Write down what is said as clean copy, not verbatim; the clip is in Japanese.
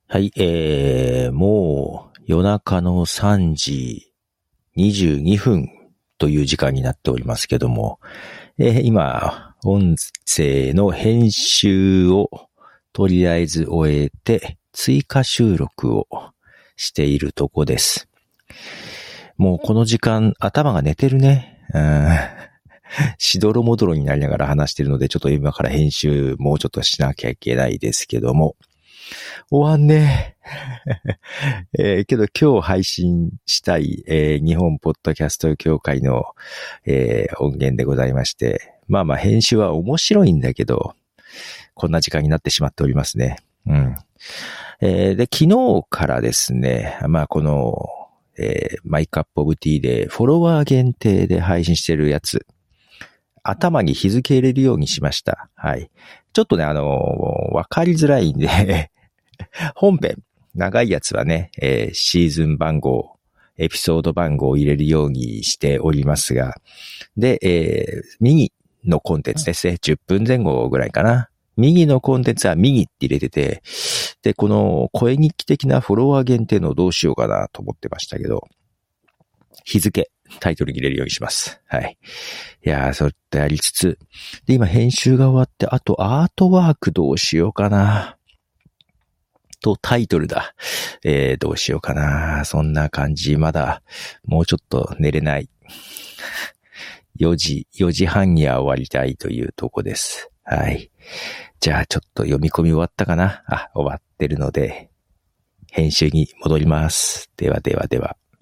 はい、もう夜中の3時22分という時間になっておりますけども、今、音声の編集をとりあえず終えて、追加収録をしているとこです。もうこの時間、頭が寝てるね。しどろもどろになりながら話しているので、ちょっと今から編集もうちょっとしなきゃいけないですけども、終わんねけど今日配信したい、日本ポッドキャスト協会の、音源でございまして、まあ編集は面白いんだけど、こんな時間になってしまっておりますね。うん。で、昨日からですね、この、マイカップオブティーでフォロワー限定で配信してるやつ、頭に日付入れるようにしました。はい。ちょっとね、わかりづらいんで、本編、長いやつはね、シーズン番号、エピソード番号を入れるようにしておりますが、で、右のコンテンツですね、10分前後ぐらいかな。右のコンテンツは右って入れてて、で、この声日記的なフォロワー限定のどうしようかなと思ってましたけど、日付、タイトルに入れるようにします。はい。いやー、そうやってやりつつ、で、今編集が終わって、あとアートワークどうしようかな。とタイトルだ。どうしようかな。そんな感じ。まだ、もうちょっと寝れない。4時半には終わりたいというとこです。はい。じゃあちょっと読み込み終わったかな。終わってるので、編集に戻ります。ではではでは。